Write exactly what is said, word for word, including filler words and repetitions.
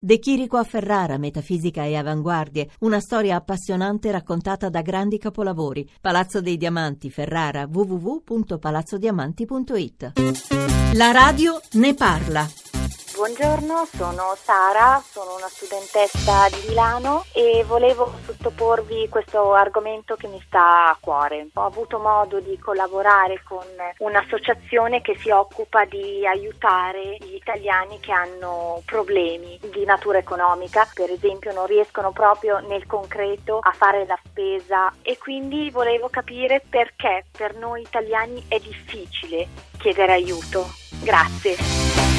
De Chirico a Ferrara, metafisica e avanguardie, una storia appassionante raccontata da grandi capolavori. Palazzo dei Diamanti, Ferrara, w w w punto palazzo diamanti punto i t. La radio ne parla. Buongiorno, sono Sara, sono una studentessa di Milano e volevo sottoporvi questo argomento che mi sta a cuore. Ho avuto modo di collaborare con un'associazione che si occupa di aiutare gli italiani che hanno problemi di natura economica, per esempio non riescono proprio nel concreto a fare la spesa, e quindi volevo capire perché per noi italiani è difficile chiedere aiuto. Grazie.